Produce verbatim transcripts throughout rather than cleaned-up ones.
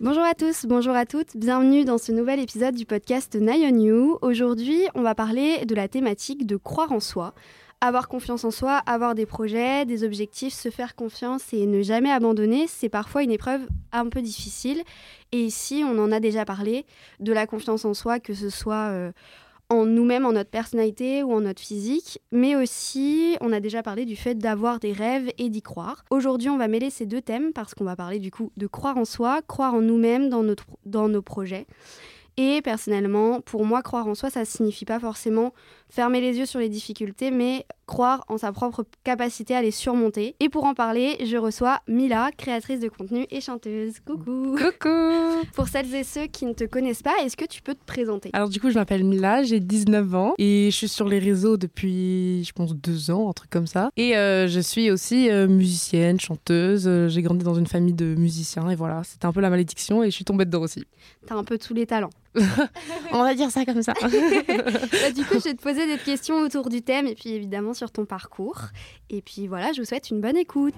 Bonjour à tous, bonjour à toutes, bienvenue dans ce nouvel épisode du podcast Nine on You. Aujourd'hui, on va parler de la thématique de croire en soi. Avoir confiance en soi, avoir des projets, des objectifs, se faire confiance et ne jamais abandonner, c'est parfois une épreuve un peu difficile. Et ici, on en a déjà parlé, de la confiance en soi, que ce soit euh, en nous-mêmes, en notre personnalité ou en notre physique. Mais aussi, on a déjà parlé du fait d'avoir des rêves et d'y croire. Aujourd'hui, on va mêler ces deux thèmes parce qu'on va parler du coup de croire en soi, croire en nous-mêmes dans, notre, dans nos projets. Et personnellement, pour moi, croire en soi, ça ne signifie pas forcément fermer les yeux sur les difficultés, mais croire en sa propre capacité à les surmonter. Et pour en parler, je reçois Mila, créatrice de contenu et chanteuse. Coucou. Coucou. Pour celles et ceux qui ne te connaissent pas, est-ce que tu peux te présenter ? Alors du coup, je m'appelle Mila, j'ai dix-neuf ans et je suis sur les réseaux depuis, je pense, deux ans, un truc comme ça. Et euh, je suis aussi euh, musicienne, chanteuse. Euh, j'ai grandi dans une famille de musiciens et voilà, c'était un peu la malédiction et je suis tombée dedans aussi. T'as un peu tous les talents. On va dire ça comme ça. Bah, du coup, je vais te poser des questions autour du thème et puis évidemment sur ton parcours. Et puis voilà, je vous souhaite une bonne écoute.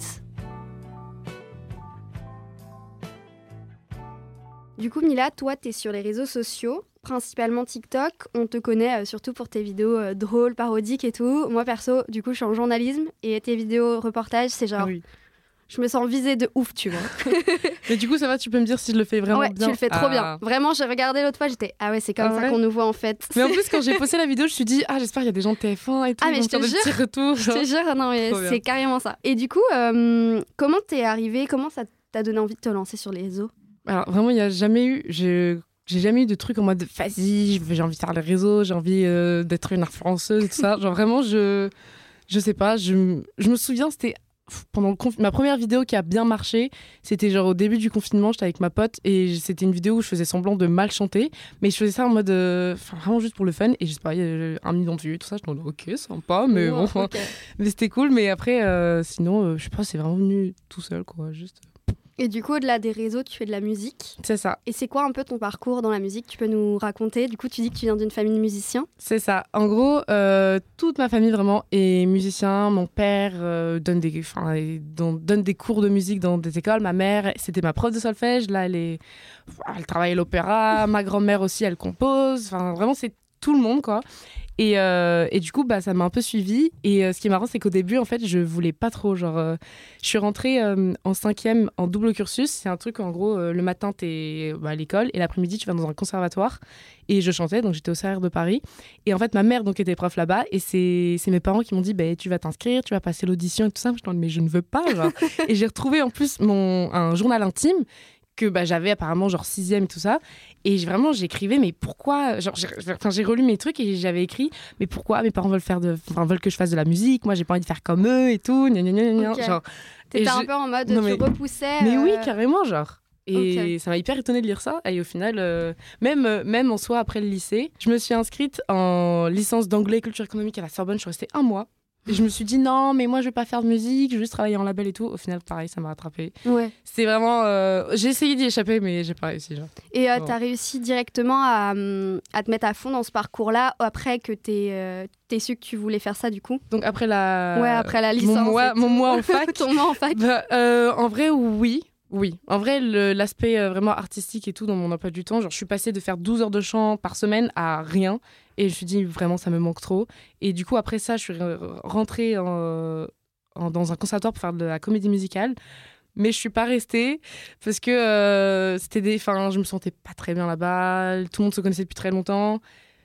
Du coup, Mila, toi, t'es sur les réseaux sociaux, principalement TikTok. On te connaît euh, surtout pour tes vidéos euh, drôles, parodiques et tout. Moi, perso, du coup, je suis en journalisme et tes vidéos reportages, c'est genre... Ah oui. Je me sens visée de ouf, tu vois. Mais du coup, ça va, tu peux me dire si je le fais vraiment ouais, bien. Tu le fais trop ah. bien. Vraiment, j'ai regardé l'autre fois, j'étais ah ouais, c'est comme ah ça ouais qu'on nous voit en fait. Mais en plus, quand j'ai posté la vidéo, je me suis dit ah, j'espère qu'il y a des gens de T F un et tout. Ah, mais je te des jure. petits retours. Je te jure, non, mais c'est carrément ça. Et du coup, euh, comment t'es arrivée ? Comment ça t'a donné envie de te lancer sur les réseaux ? Alors vraiment, il n'y a jamais eu. Je... J'ai jamais eu de truc en mode vas-y, j'ai envie de faire les réseaux, j'ai envie euh, d'être une influenceuse et tout ça. Genre vraiment, je. Je sais pas, je, je me souviens, c'était. Pendant le conf... ma première vidéo qui a bien marché, c'était genre au début du confinement, j'étais avec ma pote et c'était une vidéo où je faisais semblant de mal chanter, mais je faisais ça en mode euh... enfin, vraiment juste pour le fun et je sais pas, il y a un million de vues, tout ça, je me dis ok, sympa, mais oh, bon, okay. mais c'était cool, mais après euh, sinon, euh, je sais pas, c'est vraiment venu tout seul quoi, juste. Et du coup, au-delà des réseaux, tu fais de la musique. C'est ça. Et c'est quoi un peu ton parcours dans la musique ? Tu peux nous raconter ? Du coup, tu dis que tu viens d'une famille de musiciens. C'est ça. En gros, euh, toute ma famille vraiment est musicien. Mon père euh, donne, des, donne des cours de musique dans des écoles. Ma mère, c'était ma prof de solfège. Là, elle, est, elle travaille à l'opéra. Ma grand-mère aussi, elle compose. Enfin, vraiment, c'est tout le monde, quoi. Et, euh, et du coup, bah, ça m'a un peu suivie. Et euh, ce qui est marrant, c'est qu'au début, en fait, je voulais pas trop. Genre, euh, je suis rentrée euh, en cinquième en double cursus. C'est un truc, en gros, euh, le matin, t'es bah, à l'école et l'après-midi, tu vas dans un conservatoire. Et je chantais, donc j'étais au C R R de Paris. Et en fait, ma mère donc était prof là-bas. Et c'est, c'est mes parents qui m'ont dit, bah, tu vas t'inscrire, tu vas passer l'audition et tout ça. Je me dis, mais je ne veux pas. Genre. Et j'ai retrouvé en plus mon, un journal intime que bah, j'avais apparemment genre sixième et tout ça. Et j'ai, vraiment, j'écrivais, mais pourquoi genre, j'ai, enfin, j'ai relu mes trucs et j'avais écrit, mais pourquoi mes parents veulent, faire de, enfin, veulent que je fasse de la musique, moi j'ai pas envie de faire comme eux et tout. Gna, gna, gna, gna, okay. genre, T'étais un je... peu en mode, non, tu mais... repoussais. Mais euh... oui, carrément, genre. Et okay. ça m'a hyper étonnée de lire ça. Et au final, euh, même, euh, même en soi, après le lycée, je me suis inscrite en licence d'anglais et culture économique à la Sorbonne. Je suis restée un mois. Et je me suis dit non, mais moi je vais pas faire de musique, je vais juste travailler en label et tout. Au final, pareil, ça m'a rattrapée. Ouais. C'est vraiment. Euh... J'ai essayé d'y échapper, mais j'ai pas réussi. Genre. Et euh, oh. t'as réussi directement à, à te mettre à fond dans ce parcours-là après que t'aies, euh, t'aies su que tu voulais faire ça du coup ? Donc après la. Ouais, après la licence. Mon mois, mon mois en fac. Ton mois en fac. Bah, euh, en vrai, oui. Oui, en vrai, le, l'aspect euh, vraiment artistique et tout dans mon emploi du temps, genre je suis passée de faire douze heures de chant par semaine à rien. Et je me suis dit, vraiment, ça me manque trop. Et du coup, après ça, je suis rentrée en, en, dans un conservatoire pour faire de la comédie musicale. Mais je suis pas restée parce que euh, c'était des, enfin, je me sentais pas très bien là-bas. Tout le monde se connaissait depuis très longtemps.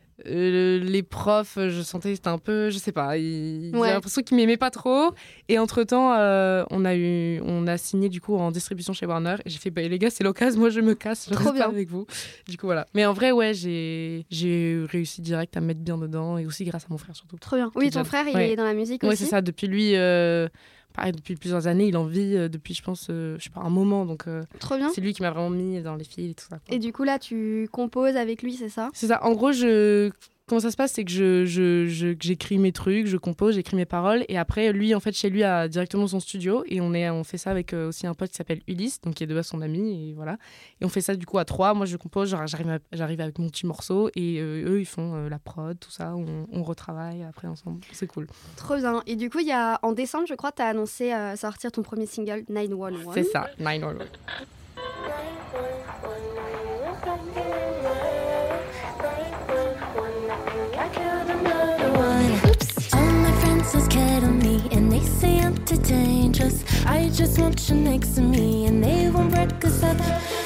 Euh, les profs, je sentais c'était un peu, je sais pas, il, ouais. J'ai l'impression qu'ils m'aimaient pas trop. Et entre temps, euh, on a eu, on a signé du coup en distribution chez Warner. Et j'ai fait, bah les gars, c'est l'occasion, moi je me casse, je reste pas avec vous. Du coup voilà. Mais en vrai, ouais, j'ai, j'ai réussi direct à me mettre bien dedans et aussi grâce à mon frère surtout. Trop bien. Oui, ton frère, il ouais. est dans la musique ouais, aussi. Ouais, c'est ça. Depuis lui. Euh, Pareil, depuis plusieurs années, il en vit euh, depuis, je pense, euh, je sais pas, un moment. Donc, euh, trop bien. C'est lui qui m'a vraiment mis dans les fils et tout ça. Quoi. Et du coup, là, tu composes avec lui, c'est ça ? C'est ça. En gros, je... comment ça se passe, c'est que je, je, je, j'écris mes trucs, je compose, j'écris mes paroles. Et après, lui, en fait, chez lui, a directement son studio. Et on, est, on fait ça avec euh, aussi un pote qui s'appelle Ulysse, donc qui est de base son ami. Et voilà. Et on fait ça, du coup, à trois. Moi, je compose, genre, j'arrive, à, j'arrive avec mon petit morceau. Et euh, eux, ils font euh, la prod, tout ça. On, on retravaille après ensemble. C'est cool. Trop bien. Et du coup, il y a, en décembre, je crois, tu as annoncé euh, sortir ton premier single, nine one one. C'est ça, nine one one. I killed another one. Oops. All my friends are scared of me and they say I'm too dangerous. I just want you next to me and they won't break us up.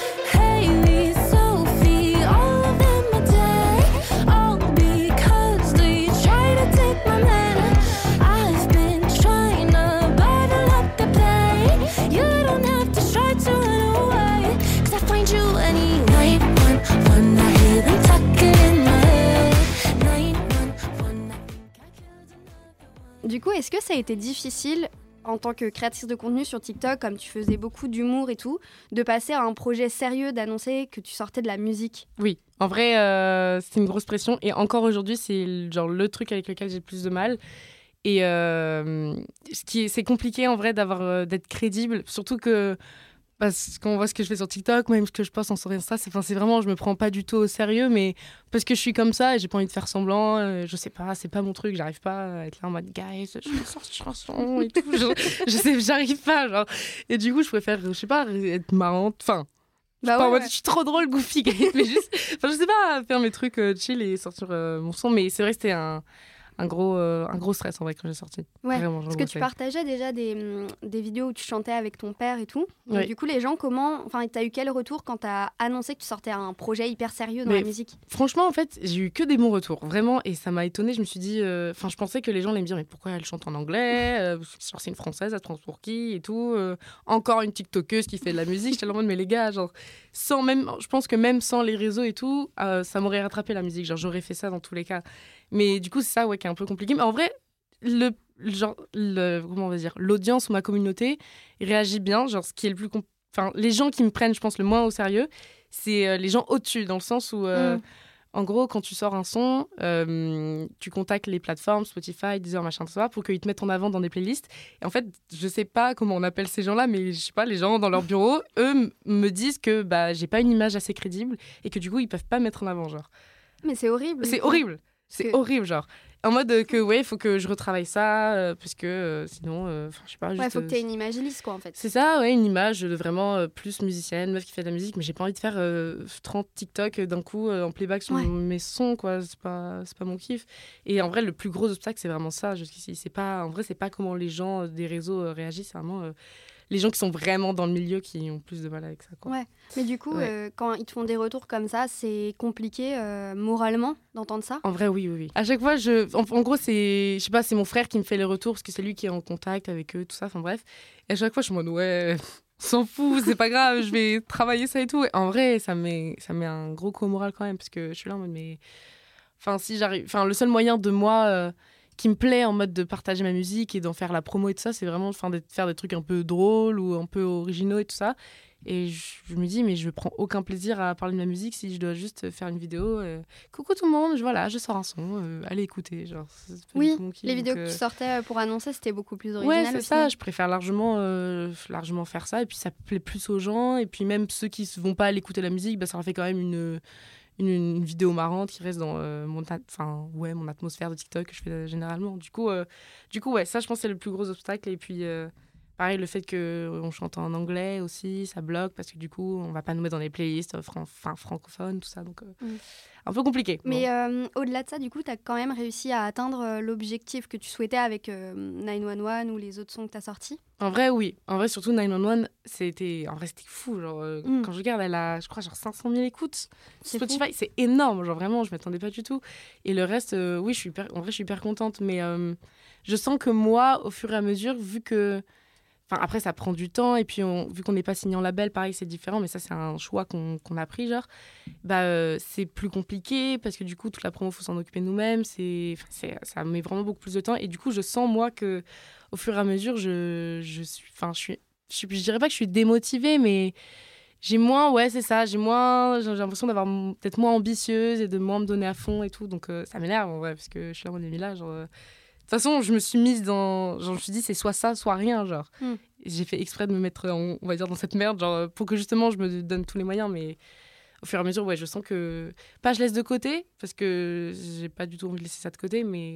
Haley, Sophie, all of them are dead. All because they try to take my man. I've been trying to bottle up the pain. You don't have to try to run away, cause I find you any night. One, one, I hear them talking in my head. Nine, one, one, I think I killed another one. Du coup, est-ce que ça a été difficile en tant que créatrice de contenu sur TikTok, comme tu faisais beaucoup d'humour et tout, de passer à un projet sérieux, d'annoncer que tu sortais de la musique? Oui, en vrai, euh, c'est une grosse pression. Et encore aujourd'hui, c'est genre le truc avec lequel j'ai le plus de mal. Et euh, ce qui est, c'est compliqué en vrai d'avoir, euh, d'être crédible, surtout que parce qu'on voit ce que je fais sur TikTok, même ce que je poste en story Insta, c'est, enfin, c'est vraiment, je me prends pas du tout au sérieux, mais parce que je suis comme ça et j'ai pas envie de faire semblant, euh, je sais pas, c'est pas mon truc, j'arrive pas à être là en mode guys, je vais sortir un son et tout, je, je sais, j'arrive pas, genre. Et du coup, je préfère, je sais pas, être marrante, enfin. Bah Pas en ouais, mode, ouais. je suis trop drôle, goofy, mais juste, enfin, je sais pas, faire mes trucs euh, chill et sortir euh, mon son, mais c'est vrai que c'était un, un, gros, euh, un gros stress en vrai quand j'ai sorti. Ouais, Vraiment, parce que tu partageais déjà des, hum, des vidéos où tu chantais avec ton père et tout. Donc, Ouais. du coup, les gens, comment... Enfin, t'as eu quel retour quand t'as annoncé que tu sortais un projet hyper sérieux dans Mais la musique? Franchement, en fait, j'ai eu que des bons retours, vraiment, et ça m'a étonnée. Je me suis dit, enfin, euh, je pensais que les gens allaient me dire, mais pourquoi elle chante en anglais euh, genre, c'est une française, elle se prend pour qui et tout. euh, encore une TikTokeuse qui fait de la musique. J'étais en mode, mais les gars, genre, sans même, je pense que même sans les réseaux et tout, euh, ça m'aurait rattrapé la musique. Genre, j'aurais fait ça dans tous les cas. Mais du coup, c'est ça, ouais, qui est un peu compliqué. Mais en vrai, le, genre, le, comment on va dire, l'audience ou ma communauté réagit bien. Genre, ce qui est le plus, compl- enfin, les gens qui me prennent, je pense, le moins au sérieux, c'est euh, les gens au-dessus, dans le sens où, euh, Mm. en gros, quand tu sors un son, euh, tu contactes les plateformes, Spotify, Deezer, machin, tout ça, pour qu'ils te mettent en avant dans des playlists. Et en fait, je sais pas comment on appelle ces gens-là, mais je sais pas, les gens dans leur bureau, eux, m- me disent que bah, j'ai pas une image assez crédible et que du coup, ils peuvent pas me mettre en avant, genre. Mais c'est horrible. C'est du coup. horrible. C'est que- horrible, genre. En mode euh, que, ouais, il faut que je retravaille ça, euh, parce que euh, sinon, euh, enfin, je sais pas, juste... Ouais, faut que euh, t'aies une image lisse, quoi, en fait. c'est ça, ouais, une image de vraiment euh, plus musicienne, meuf qui fait de la musique, mais j'ai pas envie de faire euh, trente TikTok d'un coup euh, en playback sur Ouais. mes sons, quoi. C'est pas, c'est pas mon kiff. Et en vrai, le plus gros obstacle, c'est vraiment ça jusqu'ici. C'est pas, en vrai, c'est pas comment les gens euh, des réseaux euh, réagissent, c'est vraiment euh, les gens qui sont vraiment dans le milieu qui ont plus de mal avec ça, quoi. Ouais. Mais du coup, Ouais. euh, quand ils te font des retours comme ça, c'est compliqué euh, moralement d'entendre ça? En vrai, oui, oui, oui. À chaque fois, je... en, en gros, c'est, je sais pas, c'est mon frère qui me fait les retours parce que c'est lui qui est en contact avec eux, tout ça, enfin bref. Et à chaque fois, je suis en mode, ouais, on s'en fout, c'est pas grave, je vais travailler ça et tout. Et en vrai, ça met, ça met un gros coup au moral quand même parce que je suis là en mode, mais... Enfin, si j'arrive... Enfin, le seul moyen de moi... euh, qui me plaît en mode de partager ma musique et d'en faire la promo et tout ça, c'est vraiment enfin, de faire des trucs un peu drôles ou un peu originaux et tout ça. Et je, je me dis, mais je prends aucun plaisir à parler de ma musique si je dois juste faire une vidéo. euh, Coucou tout le monde, je, voilà, je sors un son, euh, allez écouter. Genre, c'est pas du Oui, tout mon kiff, les vidéos donc, que euh, tu sortais pour annoncer, c'était beaucoup plus original. Ouais, c'est au ça, final. je préfère largement, euh, largement faire ça. Et puis ça plaît plus aux gens. Et puis même ceux qui ne vont pas aller écouter la musique, bah, ça leur fait quand même une, une, une vidéo marrante qui reste dans euh, mon, at- enfin, ouais, mon atmosphère de TikTok que je fais euh, généralement. Du coup, euh, du coup, ouais, ça, je pense que c'est le plus gros obstacle. Et puis, euh, pareil, le fait qu'on chante en anglais aussi, ça bloque parce que du coup, on va pas nous mettre dans les playlists euh, fran- enfin, francophones, tout ça. Donc, euh, Mm. un peu compliqué. Mais euh, au-delà de ça, du coup, tu as quand même réussi à atteindre euh, l'objectif que tu souhaitais avec euh, neuf un un ou les autres sons que tu as sortis. En vrai, oui. En vrai, surtout neuf un un, c'était, en vrai, c'était fou. Genre, euh, Mm. Quand je regarde, elle a, je crois, genre cinq cent mille écoutes. C'est Spotify, c'est énorme. Genre, vraiment, je m'attendais pas du tout. Et le reste, euh, oui, je suis hyper, en vrai, je suis hyper contente. Mais euh, je sens que moi, au fur et à mesure, vu que... Enfin, après, ça prend du temps. Et puis, on, vu qu'on n'est pas signé en label, pareil, c'est différent. Mais ça, c'est un choix qu'on, qu'on a pris, genre. Bah, euh, c'est plus compliqué parce que du coup, toute la promo, il faut s'en occuper nous-mêmes. C'est, enfin, c'est, ça met vraiment beaucoup plus de temps. Et du coup, je sens, moi, que au fur et à mesure, je, je suis... Enfin, je suis... Je, suis, je dirais pas que je suis démotivée, mais j'ai moins... Ouais, c'est ça. J'ai moins... J'ai l'impression d'avoir m- peut-être moins ambitieuse et de moins me donner à fond et tout. Donc, euh, ça m'énerve, en vrai, parce que je suis là, on est mis là, genre... euh, de toute façon, je me suis mise dans... Genre, je me suis dit, c'est soit ça, soit rien, genre. Mm. Et j'ai fait exprès de me mettre, en- on va dire, dans cette merde, genre, pour que justement, je me donne tous les moyens. Mais au fur et à mesure, ouais, je sens que... Pas je laisse de côté, parce que j'ai pas du tout envie de laisser ça de côté, mais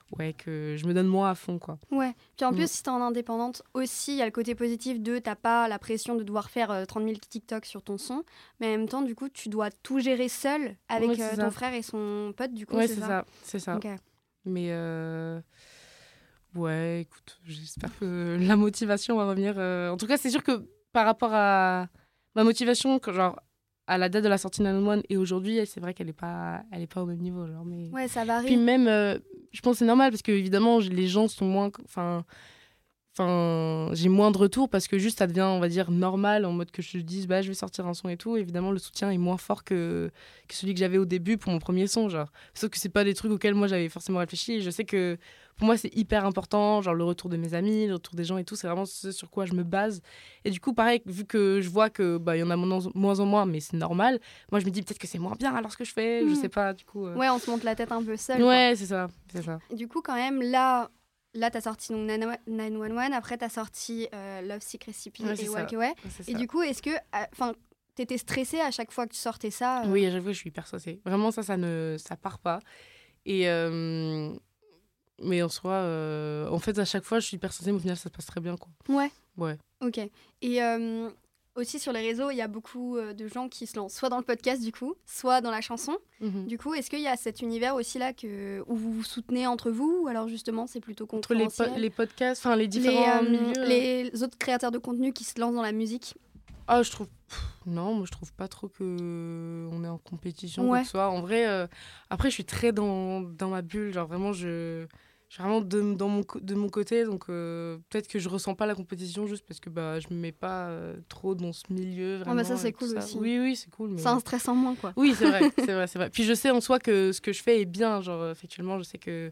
ouais, que je me donne moins à fond, quoi. Ouais. Puis en Mm. plus, si t'es en indépendante, aussi, il y a le côté positif de t'as pas la pression de devoir faire euh, trente mille TikTok sur ton son, mais en même temps, du coup, tu dois tout gérer seul avec Ouais, c'est euh, ça. ton frère et son pote, du coup, Ouais, c'est, c'est ça. ça, c'est ça. Ok. Mais euh, ouais, écoute, j'espère que la motivation va revenir. euh. En tout cas, c'est sûr que par rapport à ma motivation, que, genre à la date de la sortie de nine one one et aujourd'hui, c'est vrai qu'elle est pas, elle est pas au même niveau, genre. Mais Ouais, ça varie. puis même, euh, je pense que c'est normal parce que évidemment, les gens sont moins, enfin. Enfin, j'ai moins de retours parce que juste ça devient, on va dire, normal en mode que je dise bah je vais sortir un son et tout. Évidemment, le soutien est moins fort que, que celui que j'avais au début pour mon premier son, genre. Sauf que c'est pas des trucs auxquels moi j'avais forcément réfléchi. Et je sais que pour moi c'est hyper important, genre le retour de mes amis, le retour des gens et tout, c'est vraiment ce sur quoi je me base. Et du coup, pareil, vu que je vois que bah il y en a moins, moins en moins, mais c'est normal. Moi je me dis peut-être que c'est moins bien alors ce que je fais, Mm. je sais pas. Du coup. euh. Ouais, on se monte la tête un peu seul. Ouais, c'est ça, c'est ça. Du coup, quand même, là, là t'as sorti donc nine one one, après t'as sorti euh, Love Sick Recipe Ouais, c'est et ça. Walk Away. Ouais, c'est Et ça. du coup, est-ce que, enfin, t'étais stressée à chaque fois que tu sortais ça euh Oui, à chaque fois, je suis hyper stressée. Vraiment, ça, ça ne ça part pas. Et euh, mais en soi, euh, en fait, à chaque fois, je suis hyper stressée, mais au final, ça se passe très bien, quoi. Ouais. Ouais. Ok. Et euh, aussi sur les réseaux, il y a beaucoup euh, de gens qui se lancent soit dans le podcast du coup, soit dans la chanson. Mhm. Du coup, est-ce qu'il y a cet univers aussi là que où vous vous soutenez entre vous, ou alors justement c'est plutôt Entre les, po- concurrentiel? les podcasts, enfin, les les, différents euh, milieux. euh. les autres créateurs de contenu qui se lancent dans la musique. Ah, je trouve. Pff, non, moi, je trouve pas trop que on est en compétition, quoi Ouais. que ce soit. En vrai, euh, après, je suis très dans, dans ma bulle. Genre, vraiment, je. Je suis vraiment de, dans mon, co- de mon côté, donc euh, peut-être que je ressens pas la compétition juste parce que bah, je me mets pas euh, trop dans ce milieu. Vraiment, bah ça, et c'est tout cool ça. aussi. Oui, oui, c'est cool. Mais... C'est un stress en moins quoi. Oui, c'est vrai, c'est vrai, c'est vrai. Puis je sais en soi que ce que je fais est bien, genre euh, effectivement, je sais que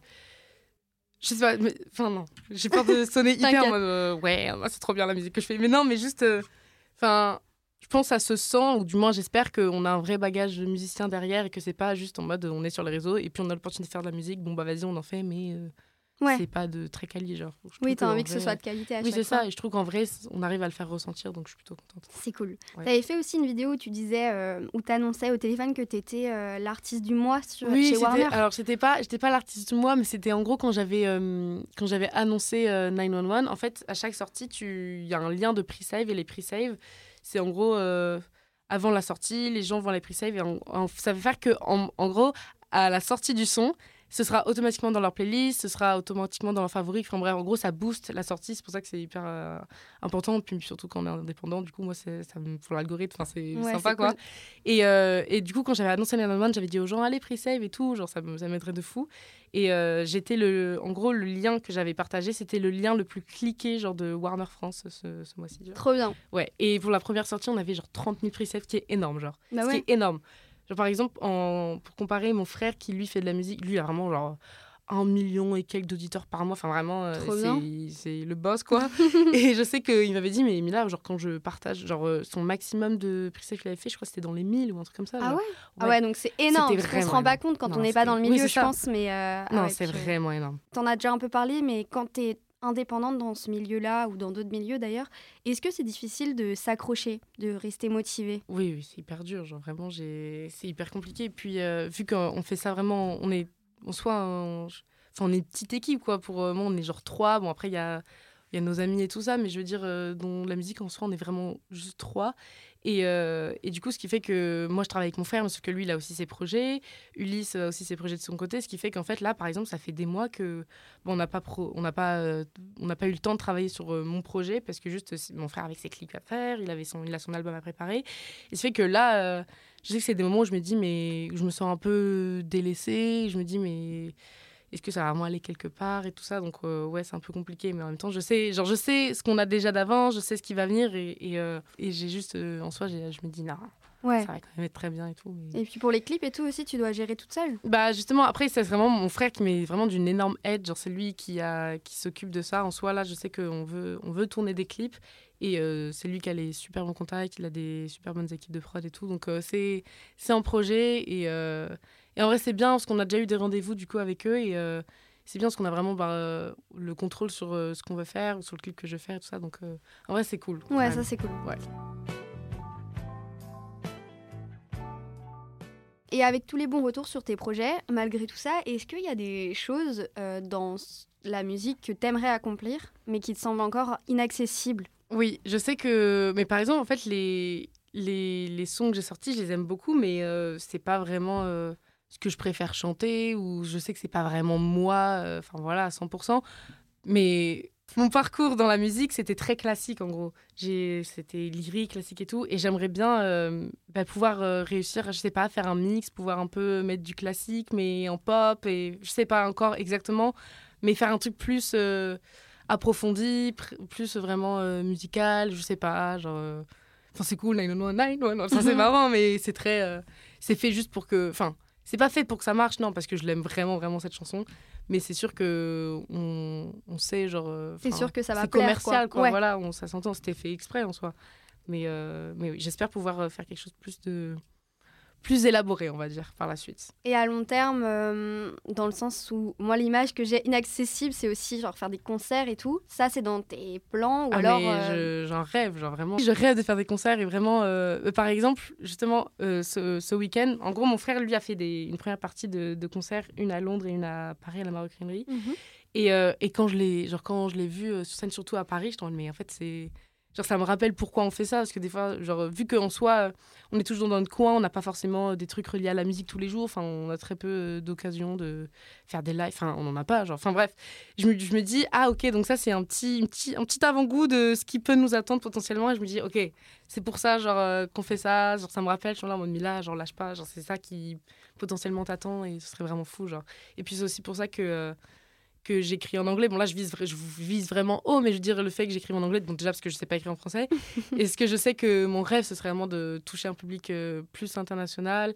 je sais pas, mais enfin non, j'ai peur de sonner hyper T'inquiète. en mode euh, ouais, moi, c'est trop bien la musique que je fais. Mais non, mais juste enfin je pense à ce sent, ou du moins j'espère qu'on a un vrai bagage de musicien derrière et que c'est pas juste en mode on est sur les réseaux et puis on a l'opportunité de faire de la musique, bon bah vas-y, on en fait, mais euh, Ouais. c'est pas de très quali, genre. Je trouve Oui, t'as qu'en envie que ce vrai- soit de qualité à Oui, chaque c'est fois. ça, et je trouve qu'en vrai, on arrive à le faire ressentir, donc je suis plutôt contente. C'est cool. Ouais. T'avais fait aussi une vidéo où tu disais, euh, où t'annonçais au téléphone que t'étais euh, l'artiste du mois sur, Oui, chez c'était- Warner. alors c'était pas, j'étais pas l'artiste moi, mais c'était en gros quand j'avais, euh, quand j'avais annoncé euh, nine one one. En fait, à chaque sortie, tu, il y a un lien de pre-save et les pre-save, c'est en gros euh, avant la sortie, les gens vont les pre-save et en- en- ça veut faire que en, en gros à la sortie du son, ce sera automatiquement dans leur playlist, ce sera automatiquement dans leurs favoris. Enfin bref, en gros, ça booste la sortie. C'est pour ça que c'est hyper euh, important. Puis surtout quand on est indépendant, du coup, moi, c'est, ça me, pour l'algorithme, enfin, c'est Ouais, sympa, c'est quoi. cool. Et, euh, et du coup, quand j'avais annoncé nine one one, j'avais dit aux gens, allez, pre-save et tout. Genre, ça, me- ça m'aiderait de fou. Et euh, j'étais le... En gros, le lien que j'avais partagé, c'était le lien le plus cliqué, genre, de Warner France ce, ce mois-ci. Genre. Trop bien. Ouais. Et pour la première sortie, on avait genre trente mille pre-save, qui est énorme, genre. Bah Ce ouais. qui est énorme. Genre, par exemple, en... pour comparer, mon frère qui, lui, fait de la musique, lui, a vraiment, genre... un million et quelques d'auditeurs par mois, enfin vraiment euh, Trop bien. c'est, c'est le boss quoi. Et je sais qu'il m'avait dit mais Mila, genre quand je partage genre euh, son maximum de pre-save qu'il avait fait, je crois que c'était dans les mille ou un truc comme ça. Ah genre. ouais, Ah ouais, donc c'est énorme. C'était Parce qu'on se vraiment rend pas énorme. compte quand Non, on n'est pas dans le c'était- milieu, oui, je c'est ça. pense. Mais euh, ah Non, ouais, c'est puis, euh, vraiment énorme. T'en as déjà un peu parlé, mais quand t'es indépendante dans ce milieu-là ou dans d'autres milieux d'ailleurs, est-ce que c'est difficile de s'accrocher, de rester motivée? Oui, oui, c'est hyper dur, genre vraiment j'ai c'est hyper compliqué. Et puis euh, vu qu'on fait ça vraiment, on est en soi un- enfin on est une petite équipe quoi, pour euh, moi on est genre trois. Bon après il y a il y a nos amis et tout ça, mais je veux dire, euh, dans la musique en soi, on est vraiment juste trois. Et, euh, et du coup, ce qui fait que moi, je travaille avec mon frère, mais sauf que lui, il a aussi ses projets. Ulysse a aussi ses projets de son côté. Ce qui fait qu'en fait, là, par exemple, ça fait des mois que bon, on n'a pas, pro, on n'a pas, euh, on n'a pas eu le temps de travailler sur euh, mon projet parce que juste, c'est- mon frère avait ses clips à faire, il, avait son, il a son album à préparer. Et ce fait que là, euh, je sais que c'est des moments où je me dis, mais où je me sens un peu délaissée. Je me dis, mais est-ce que ça va vraiment aller quelque part et tout ça. Donc euh, ouais, c'est un peu compliqué, mais en même temps je sais genre je sais ce qu'on a déjà d'avant, je sais ce qui va venir et, et, euh, et j'ai juste euh, en soi j'ai, je me dis non, Ouais. ça va quand même être très bien et tout. mais- Et puis pour les clips et tout aussi, tu dois gérer toute seule. Bah justement après c'est vraiment mon frère qui met vraiment d'une énorme aide, genre c'est lui qui a qui s'occupe de ça. En soi là je sais qu'on veut on veut tourner des clips et euh, c'est lui qui a les super bons contacts, il a des super bonnes équipes de prod et tout, donc euh, c'est c'est un projet et euh, et en vrai c'est bien parce qu'on a déjà eu des rendez-vous du coup avec eux et euh, c'est bien parce qu'on a vraiment bah, euh, le contrôle sur euh, ce qu'on veut faire ou sur le clip que je vais faire et tout ça, donc euh, en vrai c'est cool. Ouais, quand même. ça c'est cool. Ouais. Et avec tous les bons retours sur tes projets, malgré tout ça, est-ce qu'il y a des choses euh, dans la musique que t'aimerais accomplir, mais qui te semblent encore inaccessibles ? Oui, je sais que... Mais par exemple, en fait, les, les, les sons que j'ai sortis, je les aime beaucoup, mais euh, c'est pas vraiment euh, ce que je préfère chanter, ou je sais que c'est pas vraiment moi, enfin euh, voilà, à cent pour cent. Mais mon parcours dans la musique, c'était très classique, en gros. J'ai, c'était lyrique, classique et tout, et j'aimerais bien euh, bah, pouvoir euh, réussir, je sais pas, faire un mix, pouvoir un peu mettre du classique, mais en pop, et je sais pas encore exactement, mais faire un truc plus... Euh, approfondi, pr- plus vraiment euh, musical, je sais pas, genre... euh, Enfin, c'est cool, neuf un un, neuf un un, ça c'est marrant, mais c'est très... euh, C'est fait juste pour que... Enfin, c'est pas fait pour que ça marche, non, parce que je l'aime vraiment, vraiment, cette chanson, mais c'est sûr que on, on sait, genre... euh, C'est 'fin, sûr que ça va c'est plaire, commercial, quoi. quoi, Ouais. voilà, on, ça s'entend, c'était fait exprès, en soi. Mais, euh, mais oui, j'espère pouvoir euh, faire quelque chose de plus de... plus élaboré, on va dire, par la suite. Et à long terme, euh, dans le sens où moi l'image que j'ai inaccessible, c'est aussi genre faire des concerts et tout. Ça, c'est dans tes plans ou Ah, alors mais euh, je- j'en rêve, genre vraiment. Je rêve de faire des concerts et vraiment, euh, euh, par exemple, justement, euh, ce, ce week-end, en gros, mon frère, lui, a fait des, une première partie de, de concerts, une à Londres et une à Paris, à la Maroquinerie. mhm. Et, euh, et quand je l'ai, genre, quand je l'ai vu euh, sur scène, surtout à Paris, je me dis, mais en fait, c'est... Genre, ça me rappelle pourquoi on fait ça, parce que des fois, genre, vu qu'en soi, euh, on est toujours dans notre coin, on n'a pas forcément des trucs reliés à la musique tous les jours, enfin, on a très peu euh, d'occasions de faire des lives, enfin, on n'en a pas, genre, enfin, bref. Je me, je me dis, ah, ok, donc ça, c'est un petit, un petit, un petit avant-goût de ce qui peut nous attendre potentiellement, et je me dis, ok, c'est pour ça, genre, euh, qu'on fait ça, genre, ça me rappelle, je suis là en mode, mais là, genre, lâche pas, genre, c'est ça qui potentiellement t'attend, et ce serait vraiment fou, genre. Et puis, c'est aussi pour ça que... euh, que j'écris en anglais. Bon, là, je vise, je vise vraiment haut, mais je veux dire, le fait que j'écrive en anglais, bon, déjà parce que je sais pas écrire en français, et ce que je sais que mon rêve, ce serait vraiment de toucher un public euh, plus international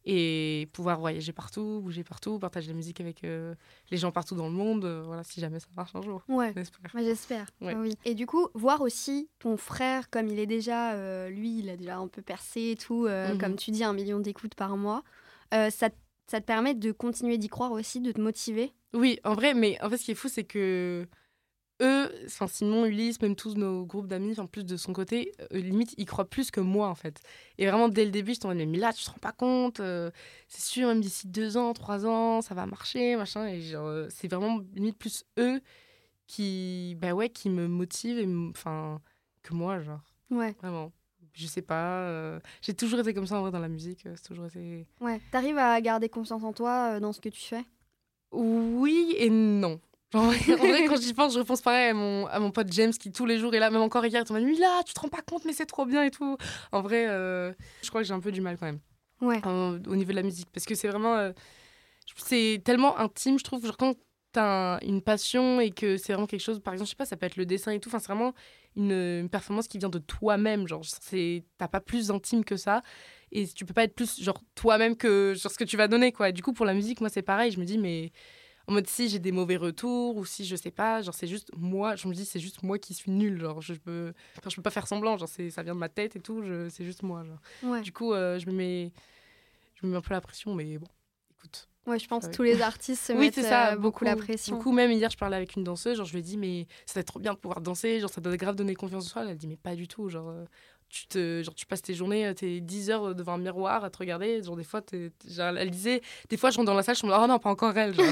et pouvoir voyager partout, bouger partout, partager la musique avec euh, les gens partout dans le monde, euh, voilà, si jamais ça marche un jour. Ouais. J'espère. Ouais, j'espère. Ouais. Ah oui. Et du coup, voir aussi ton frère, comme il est déjà, euh, lui, il a déjà un peu percé et tout, euh, Mhm. comme tu dis, un million d'écoutes par mois, euh, ça, ça te permet de continuer d'y croire aussi, de te motiver. Oui, en vrai, mais en fait, ce qui est fou, c'est que eux, enfin Simon, Ulysse, même tous nos groupes d'amis, enfin plus de son côté, euh, limite, ils croient plus que moi, en fait. Et vraiment, dès le début, je t'en disais, mais là, tu te rends pas compte, euh, c'est sûr, même d'ici deux ans, trois ans, ça va marcher, machin. Et genre, euh, c'est vraiment limite plus eux qui, bah ouais, qui me motivent, et m- enfin, que moi, genre, Ouais. vraiment. Je sais pas, euh, j'ai toujours été comme ça, en vrai, dans la musique, euh, c'est toujours été... Ouais. T'arrives à garder confiance en toi, euh, dans ce que tu fais ? Oui et non. Genre, en vrai, en vrai, quand j'y pense, je repense pareil à mon, à mon pote James qui tous les jours est là, même encore hier, il m'a dit là, tu te rends pas compte, mais c'est trop bien et tout. En vrai, euh, je crois que j'ai un peu du mal quand même Ouais. euh, au niveau de la musique parce que c'est vraiment, euh, c'est tellement intime, je trouve. Genre quand t'as un- une passion et que c'est vraiment quelque chose, par exemple, je sais pas, ça peut être le dessin et tout. Enfin, c'est vraiment une, une performance qui vient de toi-même. Genre, c'est, t'as pas plus intime que ça. Et tu peux pas être plus genre toi-même que genre ce que tu vas donner, quoi. Et du coup, pour la musique, moi, c'est pareil. Je me dis, mais en mode si j'ai des mauvais retours ou si je sais pas, genre c'est juste moi. Je me dis, c'est juste moi qui suis nulle. Genre, je peux, enfin, je peux pas faire semblant. Genre, c'est, ça vient de ma tête et tout. Je, c'est juste moi. Genre. Ouais. Du coup, euh, je me mets, je me mets un peu la pression, mais bon, écoute. Ouais, je pense Ça que va. tous les artistes se Oui, mettent c'est ça, euh, beaucoup, la pression. Beaucoup, même hier, je parlais avec une danseuse, genre je lui ai dit, mais ça va être trop bien de pouvoir danser, genre ça doit grave donner confiance en soi. Elle a dit, mais pas du tout, genre, euh, tu, te, genre tu passes tes journées, euh, tes dix heures devant un miroir à te regarder, genre des fois, t'es, t'es- genre, elle disait, des fois je rentre dans la salle, je me dis, oh non, pas encore elle, genre.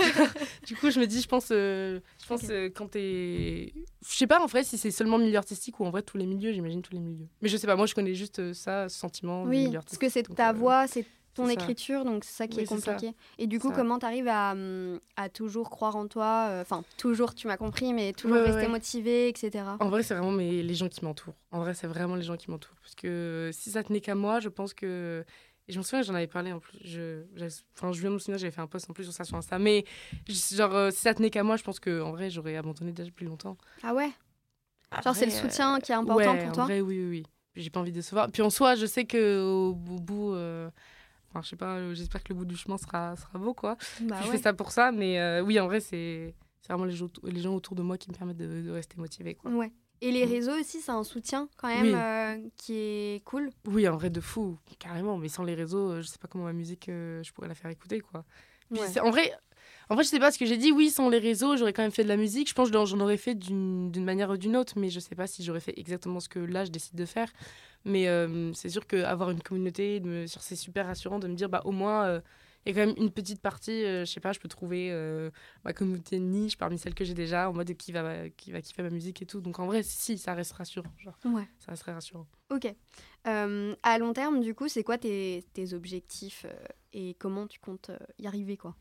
Du coup, je me dis, je pense, euh, je pense Ok. euh, quand t'es. Je sais pas en vrai si c'est seulement le milieu artistique ou en vrai tous les milieux, j'imagine tous les milieux. Mais je sais pas, moi je connais juste euh, ça, ce sentiment du Oui, milieu parce artistique. que c'est donc, ta euh, voix, c'est ton c'est ça. écriture, donc c'est ça qui Oui, est c'est ça. compliqué. Et du coup, Ça. comment t'arrives à, hum, à toujours croire en toi euh, Enfin, toujours, tu m'as compris, mais toujours Ouais, ouais, rester ouais. motivé, et cetera. En vrai, c'est vraiment mes, les gens qui m'entourent. En vrai, c'est vraiment les gens qui m'entourent. Parce que si ça tenait qu'à moi, je pense que... Et je me souviens, j'en avais parlé en plus. Je, j'ai- enfin, je viens de me souvenir, j'avais fait un post en plus sur ça sur Insta. Mais je- genre, euh, si ça tenait qu'à moi, je pense qu'en vrai, j'aurais abandonné déjà depuis longtemps. Ah ouais En Genre, c'est le vrai, soutien qui est euh, important ouais, pour en toi vrai, oui, oui, oui. J'ai pas envie de décevoir. Puis en soi, je sais qu'au bout... euh, Enfin, je sais pas, euh, j'espère que le bout du chemin sera, sera beau, quoi. Bah je ouais. fais ça pour ça. Mais euh, oui, en vrai, c'est, c'est vraiment les gens, les gens autour de moi qui me permettent de, de rester motivée, quoi. Ouais. Et les Mm. réseaux aussi, c'est un soutien quand même Oui. euh, qui est cool. Oui, en vrai, de fou, carrément. Mais sans les réseaux, euh, je sais pas comment ma musique, euh, je pourrais la faire écouter, quoi. Puis Ouais. c'est- en vrai, En vrai, je sais pas ce que j'ai dit. Oui, sans les réseaux, j'aurais quand même fait de la musique. Je pense que j'en aurais fait d'une, d'une manière ou d'une autre, mais je sais pas si j'aurais fait exactement ce que là, je décide de faire. Mais euh, c'est sûr qu'avoir une communauté, de me, c'est super rassurant de me dire, bah, au moins, euh, il y a quand même une petite partie, euh, je sais pas, je peux trouver euh, ma communauté de niche parmi celles que j'ai déjà, en mode qui va, qui va kiffer ma musique et tout. Donc en vrai, si, ça reste rassurant. Genre, Ouais. Ça resterait rassurant. Ok. Euh, à long terme, du coup, c'est quoi tes, tes objectifs euh, et comment tu comptes euh, y arriver, quoi?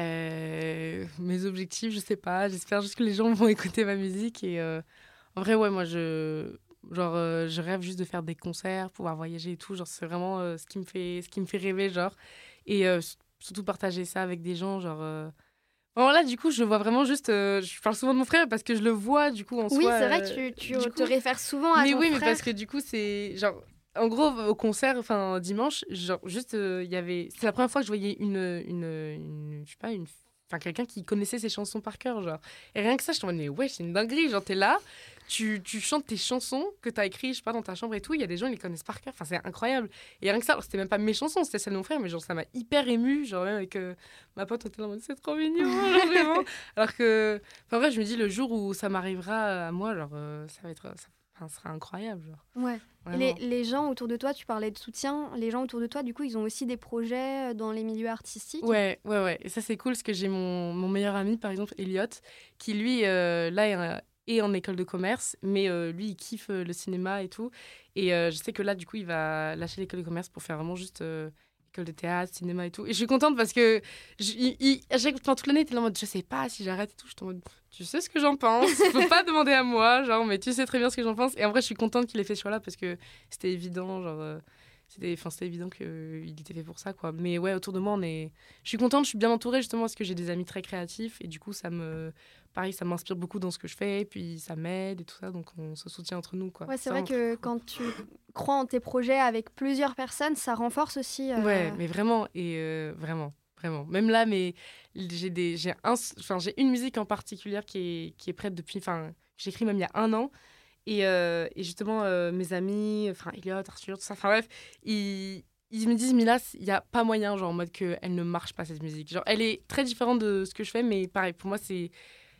Euh, mes objectifs, je sais pas. J'espère juste que les gens vont écouter ma musique. Et euh, en vrai, ouais, moi, je, genre, euh, je rêve juste de faire des concerts, pouvoir voyager et tout. Genre, c'est vraiment euh, ce qui me fait, ce qui me fait rêver, genre. Et euh, surtout partager ça avec des gens, genre. Euh... Bon, là, du coup, je vois vraiment juste. Euh, je parle souvent de mon frère parce que je le vois, du coup, en Oui, soi. c'est vrai euh, que tu, tu du te coup... réfères souvent à mais ton oui, frère. mais parce que du coup, c'est genre. En gros, au concert, enfin dimanche, genre juste, il euh, y avait. C'est la première fois que je voyais une, une, une je sais pas, une, enfin quelqu'un qui connaissait ses chansons par cœur, genre. Et rien que ça, je me disais, ouais, c'est une dinguerie, genre t'es là, tu, tu chantes tes chansons que t'as écrites, je sais pas, dans ta chambre et tout. Il y a des gens, ils les connaissent par cœur. Enfin, c'est incroyable. Et rien que ça, alors, c'était même pas mes chansons, c'était celles de mon frère, mais genre ça m'a hyper émue, genre même avec euh, ma pote, on était là en mode, c'est trop mignon, genre, vraiment. Alors que, enfin vrai, je me dis le jour où ça m'arrivera à moi, genre euh, ça va être, ça, enfin, ça sera incroyable, genre. Ouais. Les, les gens autour de toi, tu parlais de soutien, les gens autour de toi, du coup, ils ont aussi des projets dans les milieux artistiques. Ouais, ouais, ouais. Et ça, c'est cool parce que j'ai mon, mon meilleur ami, par exemple, Elliot, qui lui, euh, là, est, est en école de commerce, mais euh, lui, il kiffe euh, le cinéma et tout. Et euh, je sais que là, du coup, il va lâcher l'école de commerce pour faire vraiment juste euh, école de théâtre, cinéma et tout. Et je suis contente parce que je, il, il, à chaque, pendant toute l'année, il était en mode, je sais pas si j'arrête et tout. Je suis en mode, tu sais ce que j'en pense, faut pas demander à moi, genre, mais tu sais très bien ce que j'en pense. Et en vrai, je suis contente qu'il ait fait ce choix-là parce que c'était évident, genre, euh, c'était, enfin, c'était évident qu'il était fait pour ça, quoi. Mais ouais, autour de moi, on est, je suis contente, je suis bien entourée justement parce que j'ai des amis très créatifs et du coup, ça me, pareil, ça m'inspire beaucoup dans ce que je fais, et puis ça m'aide et tout ça, donc on se soutient entre nous, quoi. Ouais, c'est Ça, vrai on- que quand tu crois en tes projets avec plusieurs personnes, ça renforce aussi. euh, Ouais, mais vraiment, et euh, vraiment, vraiment. Même là, mais j'ai des, j'ai un, enfin, j'ai une musique en particulier qui est, qui est prête depuis, enfin, j'ai écrit même il y a un an. Et, euh, et justement, euh, mes amis, enfin, Elliot, Arthur, tout ça, enfin bref, ils, ils me disent, Mila, il n'y a pas moyen, genre, en mode qu'elle ne marche pas, cette musique. Genre, elle est très différente de ce que je fais, mais pareil, pour moi, c'est...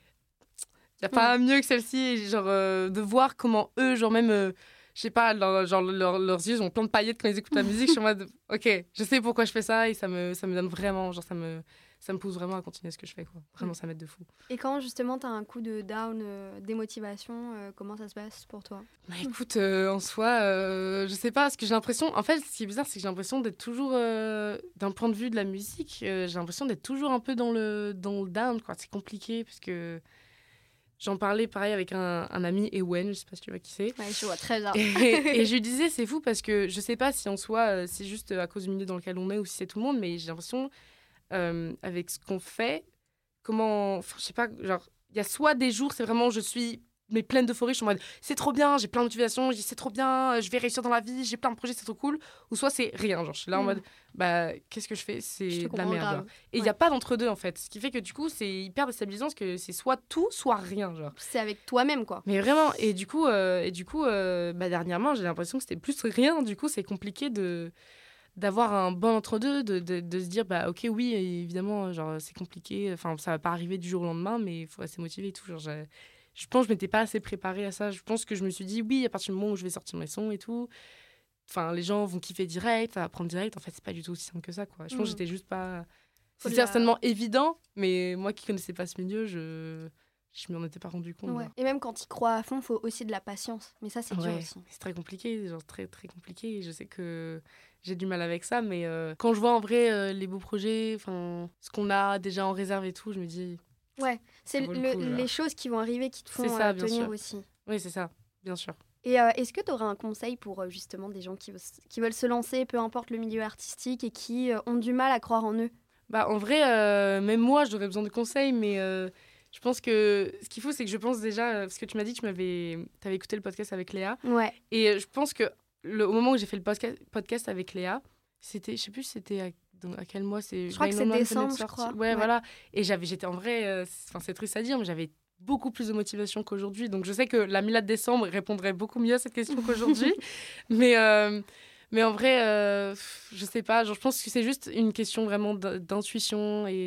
Il n'y a pas mieux que celle-ci, et genre, euh, de voir comment eux, genre, même... euh, je sais pas, leur- genre, leur- leurs yeux ont plein de paillettes quand ils écoutent la musique. Je suis en mode, ok, je sais pourquoi je fais ça et ça me, ça me donne vraiment, genre, ça me, ça me pousse vraiment à continuer ce que je fais, quoi. Vraiment, ça m'aide de fou. Et quand justement tu as un coup de down, euh, démotivation, euh, comment ça se passe pour toi? Bah écoute, euh, en soi, euh, je sais pas, parce que j'ai l'impression, en fait, ce qui est bizarre, c'est que j'ai l'impression d'être toujours, euh, d'un point de vue de la musique, euh, j'ai l'impression d'être toujours un peu dans le, dans le down, quoi. C'est compliqué, parce que j'en parlais pareil avec un, un ami, Ewen, je sais pas si tu vois qui c'est. Ouais, je vois très bien. Et, et je lui disais, c'est fou parce que je sais pas si en soi, euh, c'est juste à cause du milieu dans lequel on est ou si c'est tout le monde, mais j'ai l'impression, euh, avec ce qu'on fait, comment. Enfin, je sais pas, genre, il y a soit des jours, c'est vraiment, je suis mais pleine d'euphorie, je suis en mode, c'est trop bien, j'ai plein de motivation, je dis, c'est trop bien, je vais réussir dans la vie, j'ai plein de projets, c'est trop cool. Ou soit c'est rien, genre, je suis là en Mm. mode, bah, qu'est-ce que je fais? Je C'est te de la comprends merde, grave. genre. Et il Ouais. n'y a pas d'entre-deux, en fait. Ce qui fait que du coup, c'est hyper déstabilisant parce que c'est soit tout, soit rien, genre. C'est avec toi-même, quoi. Mais vraiment, et du coup, euh, et du coup euh, bah, dernièrement, j'ai l'impression que c'était plus rien. Du coup, c'est compliqué de d'avoir un bon entre-deux, de, de, de se dire, bah ok, oui, évidemment, genre, c'est compliqué. Enfin, ça va pas arriver du jour au lendemain, mais il faut rester motivé et tout. Genre, j'ai- je pense que je m'étais pas assez préparée à ça. Je pense que je me suis dit, oui, à partir du moment où je vais sortir mes sons et tout, enfin, les gens vont kiffer direct, ça va prendre direct. En fait, c'est pas du tout aussi simple que ça, quoi. Je pense Mm. que j'étais juste pas... Faut C'est de la- certainement évident, mais moi qui connaissais pas ce milieu, je je m'en étais pas rendu compte. Ouais. genre. Et même quand tu crois à fond, faut aussi de la patience. Mais ça, c'est dur Ouais, aussi. c'est très compliqué, genre très très compliqué. Je sais que j'ai du mal avec ça, mais euh, quand je vois en vrai euh, les beaux projets, enfin ce qu'on a déjà en réserve et tout, je me dis, Ouais, c'est Ça vaut le le- coup, genre. les choses qui vont arriver qui te font C'est ça, euh, bien tenir sûr. aussi. oui c'est ça, bien sûr. Et euh, est-ce que tu aurais un conseil pour euh, justement des gens qui, veulent s- qui veulent se lancer, peu importe le milieu artistique, et qui euh, ont du mal à croire en eux? Bah en vrai, euh, même moi j'aurais besoin de conseils, mais euh, je pense que ce qu'il faut, c'est que je pense déjà, euh, parce que tu m'as dit que tu m'avais, t'avais écouté le podcast avec Léa, Ouais. et euh, je pense que le, au moment où j'ai fait le podca- podcast avec Léa, c'était, je sais plus, c'était à, dans- à quel mois c'est. Je crois que c'est Nine One One décembre, venait de je sortir. crois. Ouais, Ouais. voilà. Et j'avais, j'étais en vrai, euh, c'est- enfin c'est triste à dire, mais j'avais beaucoup plus de motivation qu'aujourd'hui. Donc je sais que la Mila de décembre répondrait beaucoup mieux à cette question qu'aujourd'hui, mais. euh, Mais en vrai, euh, pff, je sais pas, genre, je pense que c'est juste une question vraiment d- d'intuition et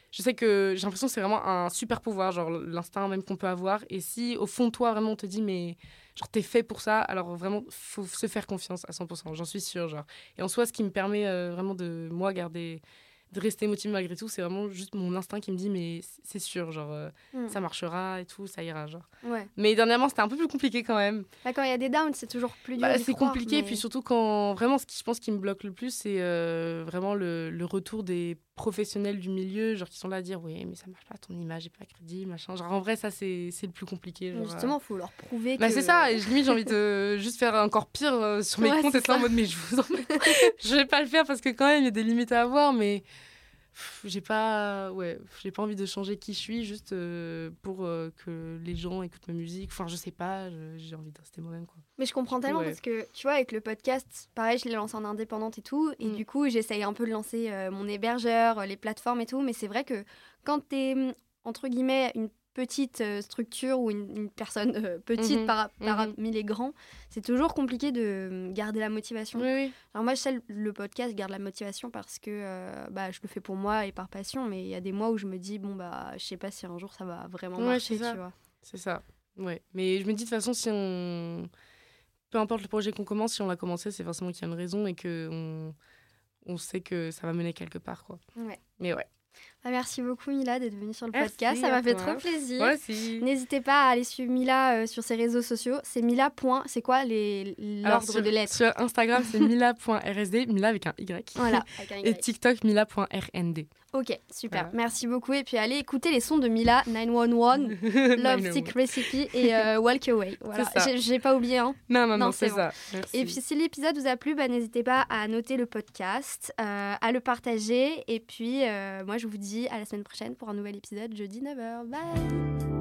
je sais que j'ai l'impression que c'est vraiment un super pouvoir, genre l'instinct même qu'on peut avoir. Et si au fond de toi, vraiment, on te dit, mais genre, t'es fait pour ça, alors vraiment, faut se faire confiance à cent pour cent, j'en suis sûre. Genre. Et en soi, ce qui me permet euh, vraiment de, moi, garder, de rester motivée malgré tout, c'est vraiment juste mon instinct qui me dit, mais c'est sûr, genre, euh, mm. ça marchera et tout, ça ira. Genre. Ouais. Mais dernièrement, c'était un peu plus compliqué quand même. Bah, quand il y a des downs, c'est toujours plus dur. Bah, d'y c'est croire, compliqué, mais... puis surtout quand vraiment, ce qui je pense qui me bloque le plus, c'est euh, vraiment le, le retour des professionnels du milieu, genre qui sont là à dire oui, mais ça marche pas, ton image est pas crédible, machin. Genre en vrai, ça c'est, c'est le plus compliqué. Genre, justement, il faut leur prouver bah, que. C'est ça, et limite j'ai envie de juste faire encore pire euh, sur mes ouais, comptes et ça en mode mais je vous en je vais pas le faire parce que quand même il y a des limites à avoir, mais. J'ai pas, ouais, j'ai pas envie de changer qui je suis juste euh, pour euh, que les gens écoutent ma musique. Enfin, je sais pas, je, j'ai envie de rester moi-même, quoi. Mais je comprends tellement ouais. parce que, tu vois, avec le podcast, pareil, je l'ai lancé en indépendante et tout. Et mm. du coup, j'essaye un peu de lancer euh, mon hébergeur, les plateformes et tout. Mais c'est vrai que quand t'es, entre guillemets, une petite euh, structure ou une, une personne euh, petite mm-hmm. par, parmi mm-hmm. les grands, c'est toujours compliqué de garder la motivation. Oui, oui. Alors moi, je sais, le podcast, je garde la motivation parce que euh, bah, je le fais pour moi et par passion, mais il y a des mois où je me dis, bon, bah, je sais pas si un jour ça va vraiment ouais, marcher, c'est ça. tu vois. C'est ça, ouais. Mais je me dis, de toute façon, si on... Peu importe le projet qu'on commence, si on l'a commencé, c'est forcément qu'il y a une raison et qu'on on sait que ça va mener quelque part, quoi. Ouais. Mais ouais. Ah, merci beaucoup Mila d'être venue sur le merci podcast, ça m'a fait trop plaisir. Moi aussi. N'hésitez pas à aller suivre Mila euh, sur ses réseaux sociaux. C'est Mila. C'est quoi les, l'ordre sur, de lettres? Sur Instagram, c'est mila point r s d, Mila avec un Y. Voilà, avec un Y. Et TikTok, mila point r n d. Ok, super. Voilà. Merci beaucoup. Et puis allez écouter les sons de Mila, neuf un un, Love Sick Recipe et euh, Walk Away. Voilà. J'ai, j'ai pas oublié. Hein. Non, non, non, non c'est, c'est ça. Bon. Et puis si l'épisode vous a plu, bah, n'hésitez pas à noter le podcast, euh, à le partager. Et puis euh, moi, je vous dis à la semaine prochaine pour un nouvel épisode, jeudi neuf heures. Bye!